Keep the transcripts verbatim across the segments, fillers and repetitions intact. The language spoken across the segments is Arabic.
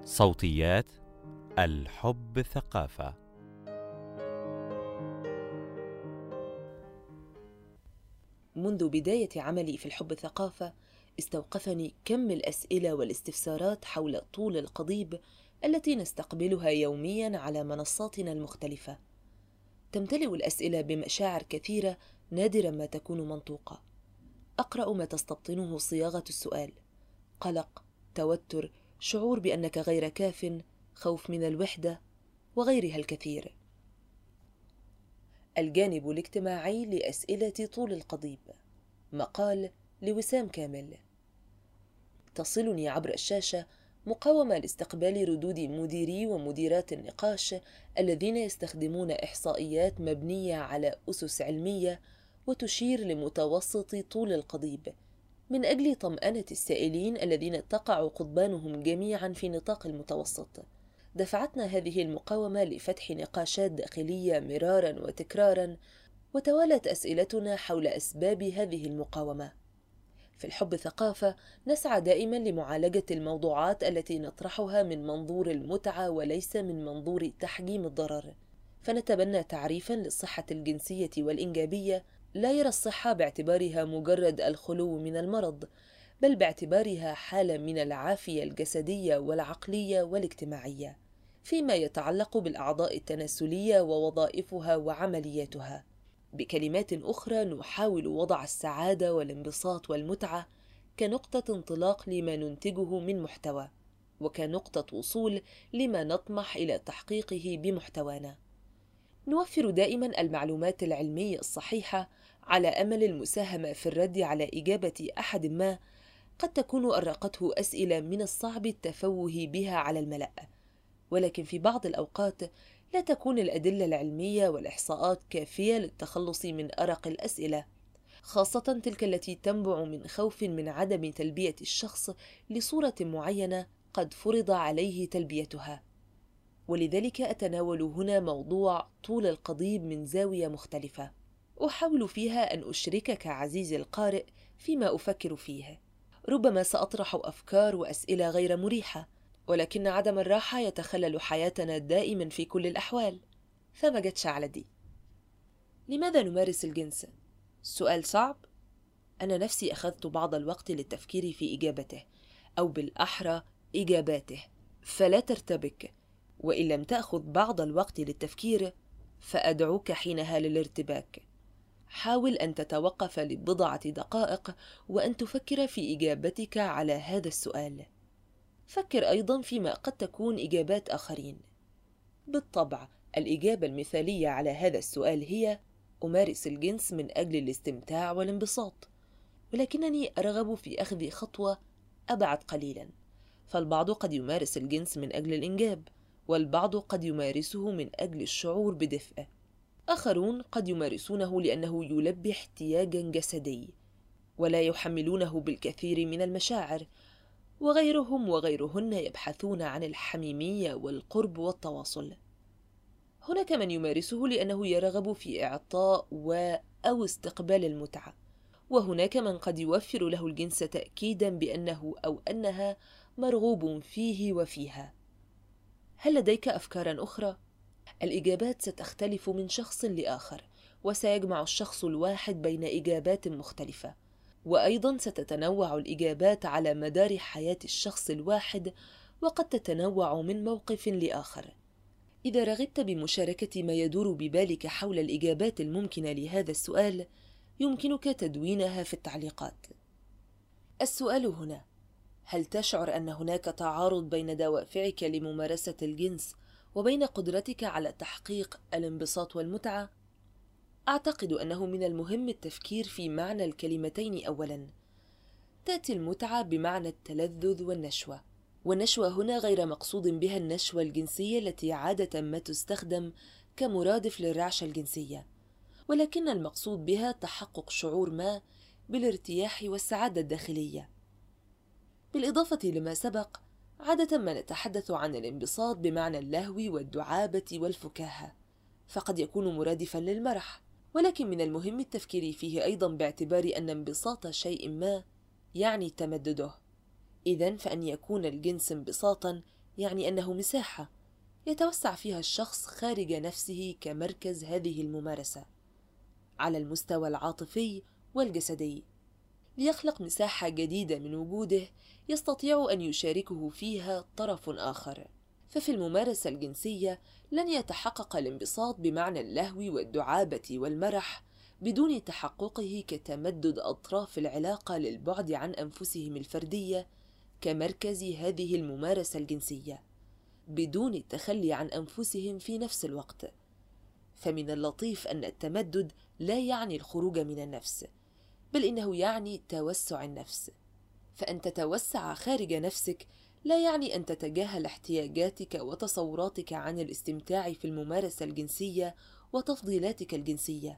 صوتيات الحب ثقافة. منذ بداية عملي في الحب ثقافة استوقفني كم الأسئلة والاستفسارات حول طول القضيب التي نستقبلها يومياً على منصاتنا المختلفة. تمتلئ الأسئلة بمشاعر كثيرة نادرا ما تكون منطوقة. أقرأ ما تستبطنه صياغة السؤال: قلق، توتر، شعور بأنك غير كاف، خوف من الوحدة، وغيرها الكثير. الجانب الاجتماعي لأسئلة طول القضيب. مقال لوسام كامل. تصلني عبر الشاشة مقاومة لاستقبال ردود مديري ومديرات النقاش الذين يستخدمون إحصائيات مبنية على أسس علمية وتشير لمتوسط طول القضيب من أجل طمأنة السائلين الذين تقع قضبانهم جميعا في نطاق المتوسط. دفعتنا هذه المقاومة لفتح نقاشات داخلية مرارا وتكرارا، وتوالت أسئلتنا حول أسباب هذه المقاومة. في الحب ثقافة نسعى دائما لمعالجة الموضوعات التي نطرحها من منظور المتعة وليس من منظور تحجيم الضرر، فنتبنى تعريفا للصحة الجنسية والإنجابية لا يرى الصحة باعتبارها مجرد الخلو من المرض، بل باعتبارها حالة من العافية الجسدية والعقلية والاجتماعية فيما يتعلق بالأعضاء التناسلية ووظائفها وعملياتها. بكلمات أخرى نحاول وضع السعادة والانبساط والمتعة كنقطة انطلاق لما ننتجه من محتوى، وكنقطة وصول لما نطمح إلى تحقيقه بمحتوانا. نوفر دائما المعلومات العلمية الصحيحة على أمل المساهمة في الرد على إجابة أحد ما قد تكون أرقته أسئلة من الصعب التفوه بها على الملأ، ولكن في بعض الأوقات لا تكون الأدلة العلمية والإحصاءات كافية للتخلص من أرق الأسئلة، خاصة تلك التي تنبع من خوف من عدم تلبية الشخص لصورة معينة قد فرض عليه تلبيتها. ولذلك أتناول هنا موضوع طول القضيب من زاوية مختلفة، أحاول فيها أن أشركك عزيزي القارئ فيما أفكر فيه. ربما سأطرح أفكار وأسئلة غير مريحة، ولكن عدم الراحة يتخلل حياتنا دائما في كل الأحوال، فما جتش على دي. لماذا نمارس الجنس؟ السؤال صعب؟ أنا نفسي أخذت بعض الوقت للتفكير في إجابته، أو بالأحرى إجاباته، فلا ترتبك، وإن لم تأخذ بعض الوقت للتفكير فأدعوك حينها للارتباك. حاول أن تتوقف لبضعة دقائق وأن تفكر في إجابتك على هذا السؤال. فكر أيضا فيما قد تكون إجابات آخرين. بالطبع الإجابة المثالية على هذا السؤال هي: أمارس الجنس من أجل الاستمتاع والانبساط، ولكنني أرغب في أخذ خطوة أبعد قليلا، فالبعض قد يمارس الجنس من أجل الإنجاب، والبعض قد يمارسه من أجل الشعور بدفء، آخرون قد يمارسونه لأنه يلبي احتياجا جسدي ولا يحملونه بالكثير من المشاعر، وغيرهم وغيرهن يبحثون عن الحميمية والقرب والتواصل. هناك من يمارسه لأنه يرغب في إعطاء و أو استقبال المتعة، وهناك من قد يوفر له الجنس تأكيدا بأنه أو أنها مرغوب فيه وفيها. هل لديك أفكار أخرى؟ الإجابات ستختلف من شخص لآخر، وسيجمع الشخص الواحد بين إجابات مختلفة، وأيضا ستتنوع الإجابات على مدار حياة الشخص الواحد، وقد تتنوع من موقف لآخر. إذا رغبت بمشاركة ما يدور ببالك حول الإجابات الممكنة لهذا السؤال، يمكنك تدوينها في التعليقات. السؤال هنا: هل تشعر أن هناك تعارض بين دوافعك لممارسة الجنس وبين قدرتك على تحقيق الانبساط والمتعة؟ أعتقد أنه من المهم التفكير في معنى الكلمتين. أولاً، تأتي المتعة بمعنى التلذذ والنشوة، والنشوة هنا غير مقصود بها النشوة الجنسية التي عادة ما تستخدم كمرادف للرعشة الجنسية، ولكن المقصود بها تحقق شعور ما بالارتياح والسعادة الداخلية. بالإضافة لما سبق، عادة ما نتحدث عن الانبساط بمعنى اللهو والدعابة والفكاهة، فقد يكون مرادفا للمرح، ولكن من المهم التفكير فيه أيضا باعتبار أن انبساط شيء ما يعني تمدده. إذن فأن يكون الجنس انبساطا يعني أنه مساحة يتوسع فيها الشخص خارج نفسه كمركز هذه الممارسة على المستوى العاطفي والجسدي، ليخلق مساحة جديدة من وجوده يستطيع أن يشاركه فيها طرف آخر. ففي الممارسة الجنسية لن يتحقق الانبساط بمعنى اللهو والدعابة والمرح بدون تحققه كتمدد أطراف العلاقة للبعد عن أنفسهم الفردية كمركز هذه الممارسة الجنسية، بدون التخلي عن أنفسهم في نفس الوقت. فمن اللطيف أن التمدد لا يعني الخروج من النفس، بل إنه يعني توسع النفس. فأن تتوسع خارج نفسك لا يعني أن تتجاهل احتياجاتك وتصوراتك عن الاستمتاع في الممارسة الجنسية وتفضيلاتك الجنسية،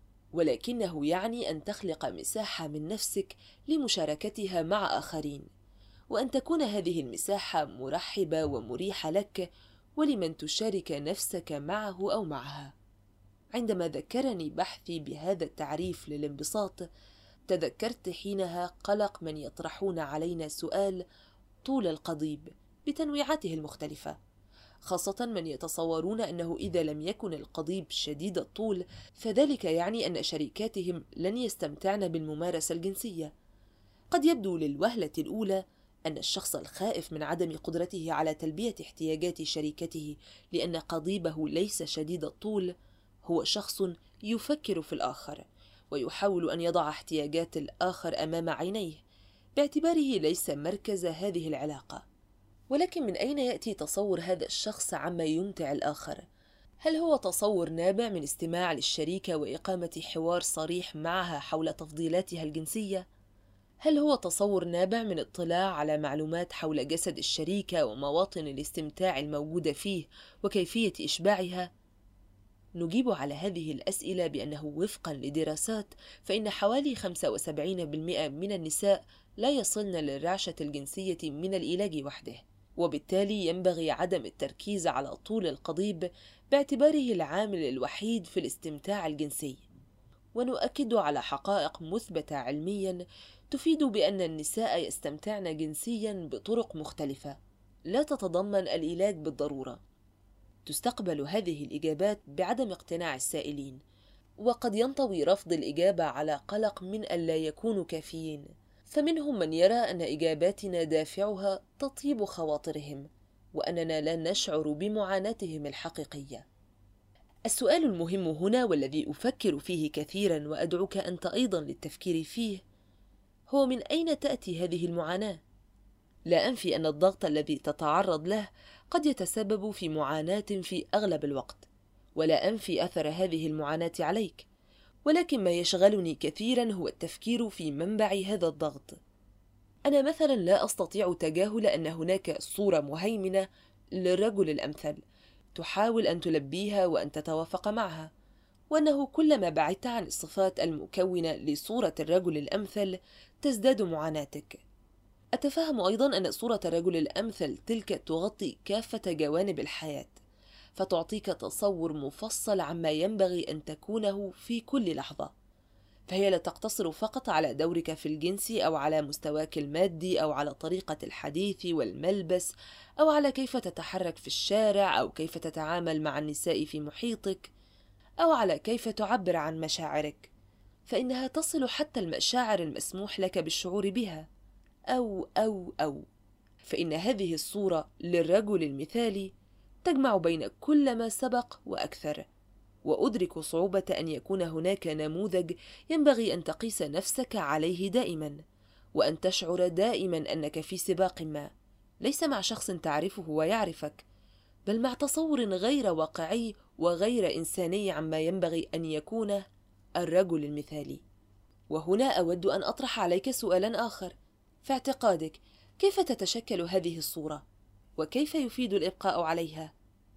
ولكنه يعني أن تخلق مساحة من نفسك لمشاركتها مع آخرين، وأن تكون هذه المساحة مرحبة ومريحة لك ولمن تشارك نفسك معه أو معها. عندما ذكرني بحثي بهذا التعريف للانبساط، تذكرت حينها قلق من يطرحون علينا سؤال طول القضيب بتنويعاته المختلفة، خاصة من يتصورون أنه إذا لم يكن القضيب شديد الطول فذلك يعني أن شريكاتهم لن يستمتعن بالممارسة الجنسية. قد يبدو للوهلة الأولى أن الشخص الخائف من عدم قدرته على تلبية احتياجات شريكته لأن قضيبه ليس شديد الطول هو شخص يفكر في الآخر ويحاول أن يضع احتياجات الآخر أمام عينيه باعتباره ليس مركز هذه العلاقة. ولكن من أين يأتي تصور هذا الشخص عما يمتع الآخر؟ هل هو تصور نابع من استماع للشريكة وإقامة حوار صريح معها حول تفضيلاتها الجنسية؟ هل هو تصور نابع من اطلاع على معلومات حول جسد الشريكة ومواطن الاستمتاع الموجودة فيه وكيفية إشباعها؟ نجيب على هذه الأسئلة بأنه وفقا لدراسات فإن حوالي خمسة وسبعين بالمئة من النساء لا يصلن للرعشة الجنسية من العلاج وحده، وبالتالي ينبغي عدم التركيز على طول القضيب باعتباره العامل الوحيد في الاستمتاع الجنسي. ونؤكد على حقائق مثبتة علميا تفيد بأن النساء يستمتعن جنسيا بطرق مختلفة لا تتضمن العلاج بالضرورة. تستقبل هذه الإجابات بعدم اقتناع السائلين، وقد ينطوي رفض الإجابة على قلق من ألا يكونوا كافيين، فمنهم من يرى أن إجاباتنا دافعها تطيب خواطرهم وأننا لا نشعر بمعاناتهم الحقيقية. السؤال المهم هنا والذي أفكر فيه كثيرا وأدعوك أنت أيضا للتفكير فيه هو من أين تأتي هذه المعاناة؟ لا أنفي أن الضغط الذي تتعرض له قد يتسبب في معاناة في أغلب الوقت، ولا أنفي أثر هذه المعاناة عليك، ولكن ما يشغلني كثيرا هو التفكير في منبع هذا الضغط. أنا مثلا لا أستطيع تجاهل أن هناك صورة مهيمنة للرجل الأمثل تحاول أن تلبيها وأن تتوافق معها، وأنه كلما بعدت عن الصفات المكونة لصورة الرجل الأمثل تزداد معاناتك. أتفهم أيضا أن صورة الرجل الأمثل تلك تغطي كافة جوانب الحياة، فتعطيك تصور مفصل عما ينبغي أن تكونه في كل لحظة، فهي لا تقتصر فقط على دورك في الجنس أو على مستواك المادي أو على طريقة الحديث والملبس أو على كيف تتحرك في الشارع أو كيف تتعامل مع النساء في محيطك أو على كيف تعبر عن مشاعرك، فإنها تصل حتى المشاعر المسموح لك بالشعور بها. أو أو أو فإن هذه الصورة للرجل المثالي تجمع بين كل ما سبق وأكثر، وأدرك صعوبة أن يكون هناك نموذج ينبغي أن تقيس نفسك عليه دائما، وأن تشعر دائما أنك في سباق ما، ليس مع شخص تعرفه ويعرفك، بل مع تصور غير واقعي وغير إنساني عما ينبغي أن يكون الرجل المثالي. وهنا أود أن أطرح عليك سؤالا آخر، في اعتقادك كيف تتشكل هذه الصورة؟ وكيف يفيد الإبقاء عليها؟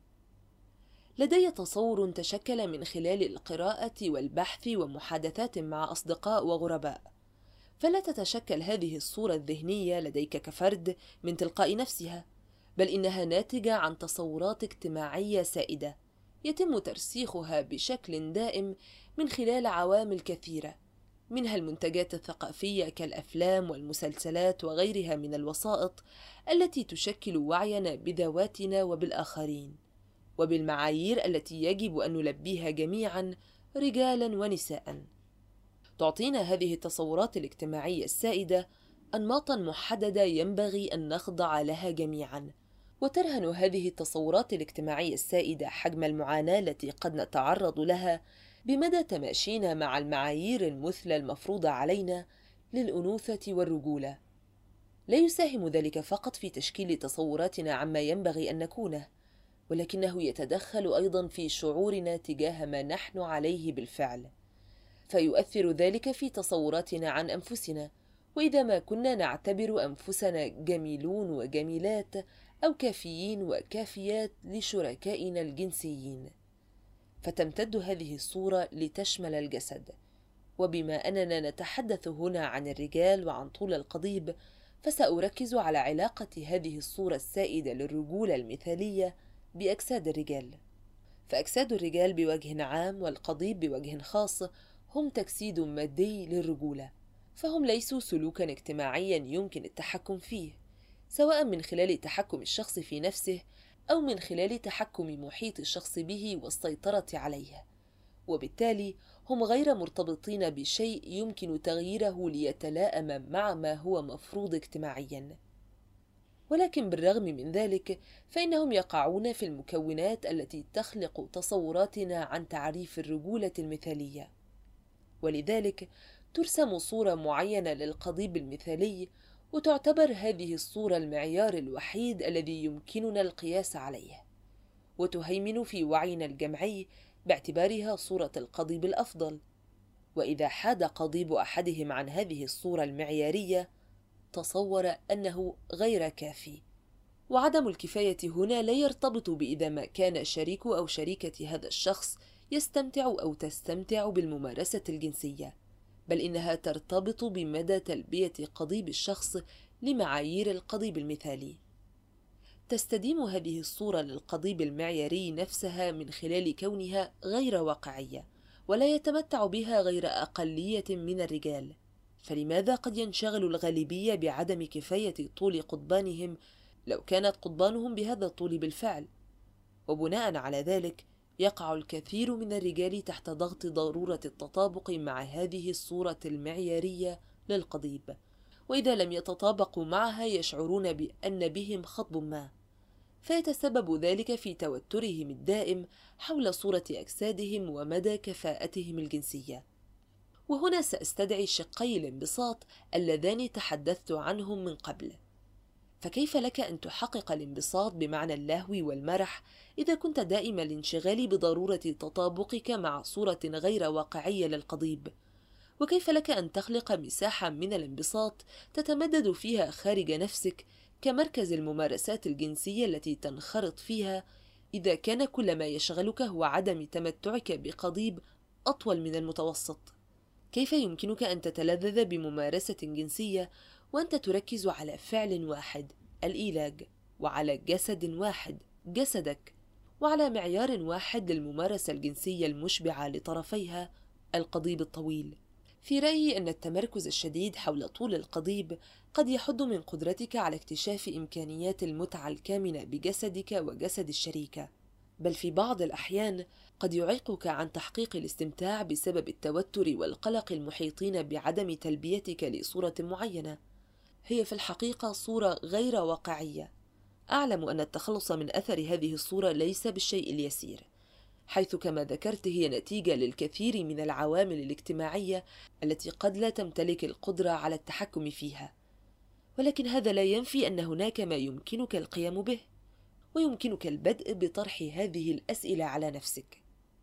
لدي تصور تشكل من خلال القراءة والبحث ومحادثات مع أصدقاء وغرباء، فلا تتشكل هذه الصورة الذهنية لديك كفرد من تلقاء نفسها، بل إنها ناتجة عن تصورات اجتماعية سائدة يتم ترسيخها بشكل دائم من خلال عوامل كثيرة منها المنتجات الثقافية كالأفلام والمسلسلات وغيرها من الوسائط التي تشكل وعينا بذواتنا وبالآخرين، وبالمعايير التي يجب أن نلبيها جميعا رجالا ونساء. تعطينا هذه التصورات الاجتماعية السائدة أنماطا محددة ينبغي أن نخضع لها جميعا، وترهن هذه التصورات الاجتماعية السائدة حجم المعاناة التي قد نتعرض لها بمدى تماشينا مع المعايير المثلى المفروضة علينا للأنوثة والرجولة. لا يساهم ذلك فقط في تشكيل تصوراتنا عما ينبغي أن نكونه، ولكنه يتدخل أيضا في شعورنا تجاه ما نحن عليه بالفعل، فيؤثر ذلك في تصوراتنا عن أنفسنا، وإذا ما كنا نعتبر أنفسنا جميلون وجميلات أو كافيين وكافيات لشركائنا الجنسيين. فتمتد هذه الصورة لتشمل الجسد. وبما أننا نتحدث هنا عن الرجال وعن طول القضيب، فسأركز على علاقة هذه الصورة السائدة للرجولة المثالية بأجساد الرجال. فأجساد الرجال بوجه عام والقضيب بوجه خاص هم تجسيد مادي للرجولة، فهم ليسوا سلوكا اجتماعيا يمكن التحكم فيه، سواء من خلال تحكم الشخص في نفسه أو من خلال تحكم محيط الشخص به والسيطرة عليه، وبالتالي هم غير مرتبطين بشيء يمكن تغييره ليتلائم مع ما هو مفروض اجتماعيا. ولكن بالرغم من ذلك فإنهم يقعون في المكونات التي تخلق تصوراتنا عن تعريف الرجولة المثالية، ولذلك ترسم صورة معينة للقضيب المثالي، وتعتبر هذه الصورة المعيار الوحيد الذي يمكننا القياس عليه، وتهيمن في وعينا الجمعي باعتبارها صورة القضيب الأفضل. وإذا حاد قضيب أحدهم عن هذه الصورة المعيارية تصور أنه غير كافي. وعدم الكفاية هنا لا يرتبط بإذا ما كان شريك أو شريكة هذا الشخص يستمتع أو تستمتع بالممارسة الجنسية، بل إنها ترتبط بمدى تلبية قضيب الشخص لمعايير القضيب المثالي. تستديم هذه الصورة للقضيب المعياري نفسها من خلال كونها غير واقعية، ولا يتمتع بها غير أقلية من الرجال. فلماذا قد ينشغل الغالبية بعدم كفاية طول قضبانهم لو كانت قضبانهم بهذا الطول بالفعل؟ وبناء على ذلك يقع الكثير من الرجال تحت ضغط ضرورة التطابق مع هذه الصورة المعيارية للقضيب، وإذا لم يتطابقوا معها يشعرون بأن بهم خطب ما، فيتسبب ذلك في توترهم الدائم حول صورة أجسادهم ومدى كفاءتهم الجنسية. وهنا سأستدعي شقي الانبساط اللذان تحدثت عنهم من قبل. فكيف لك أن تحقق الانبساط بمعنى اللهو والمرح إذا كنت دائم الانشغال بضرورة تطابقك مع صورة غير واقعية للقضيب؟ وكيف لك أن تخلق مساحة من الانبساط تتمدد فيها خارج نفسك كمركز الممارسات الجنسية التي تنخرط فيها، إذا كان كل ما يشغلك هو عدم تمتعك بقضيب أطول من المتوسط؟ كيف يمكنك أن تتلذذ بممارسة جنسية وأنت تركز على فعل واحد، الإيلاج، وعلى جسد واحد، جسدك، وعلى معيار واحد للممارسة الجنسية المشبعة لطرفيها، القضيب الطويل؟ في رأيي أن التمركز الشديد حول طول القضيب قد يحد من قدرتك على اكتشاف إمكانيات المتعة الكامنة بجسدك وجسد الشريكة، بل في بعض الأحيان قد يعيقك عن تحقيق الاستمتاع بسبب التوتر والقلق المحيطين بعدم تلبيتك لصورة معينة. هي في الحقيقة صورة غير واقعية. أعلم أن التخلص من أثر هذه الصورة ليس بالشيء اليسير، حيث كما ذكرت هي نتيجة للكثير من العوامل الاجتماعية التي قد لا تمتلك القدرة على التحكم فيها، ولكن هذا لا ينفي أن هناك ما يمكنك القيام به، ويمكنك البدء بطرح هذه الأسئلة على نفسك: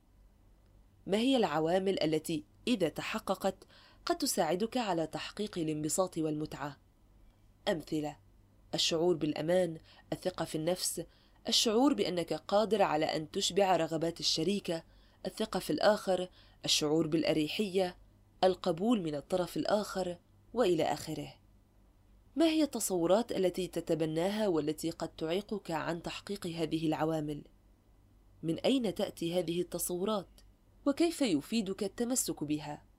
ما هي العوامل التي إذا تحققت قد تساعدك على تحقيق الانبساط والمتعة؟ أمثلة: الشعور بالأمان، الثقة في النفس، الشعور بأنك قادر على أن تشبع رغبات الشريكة، الثقة في الآخر، الشعور بالأريحية، القبول من الطرف الآخر، وإلى آخره. ما هي التصورات التي تتبناها والتي قد تعيقك عن تحقيق هذه العوامل؟ من أين تأتي هذه التصورات؟ وكيف يفيدك التمسك بها؟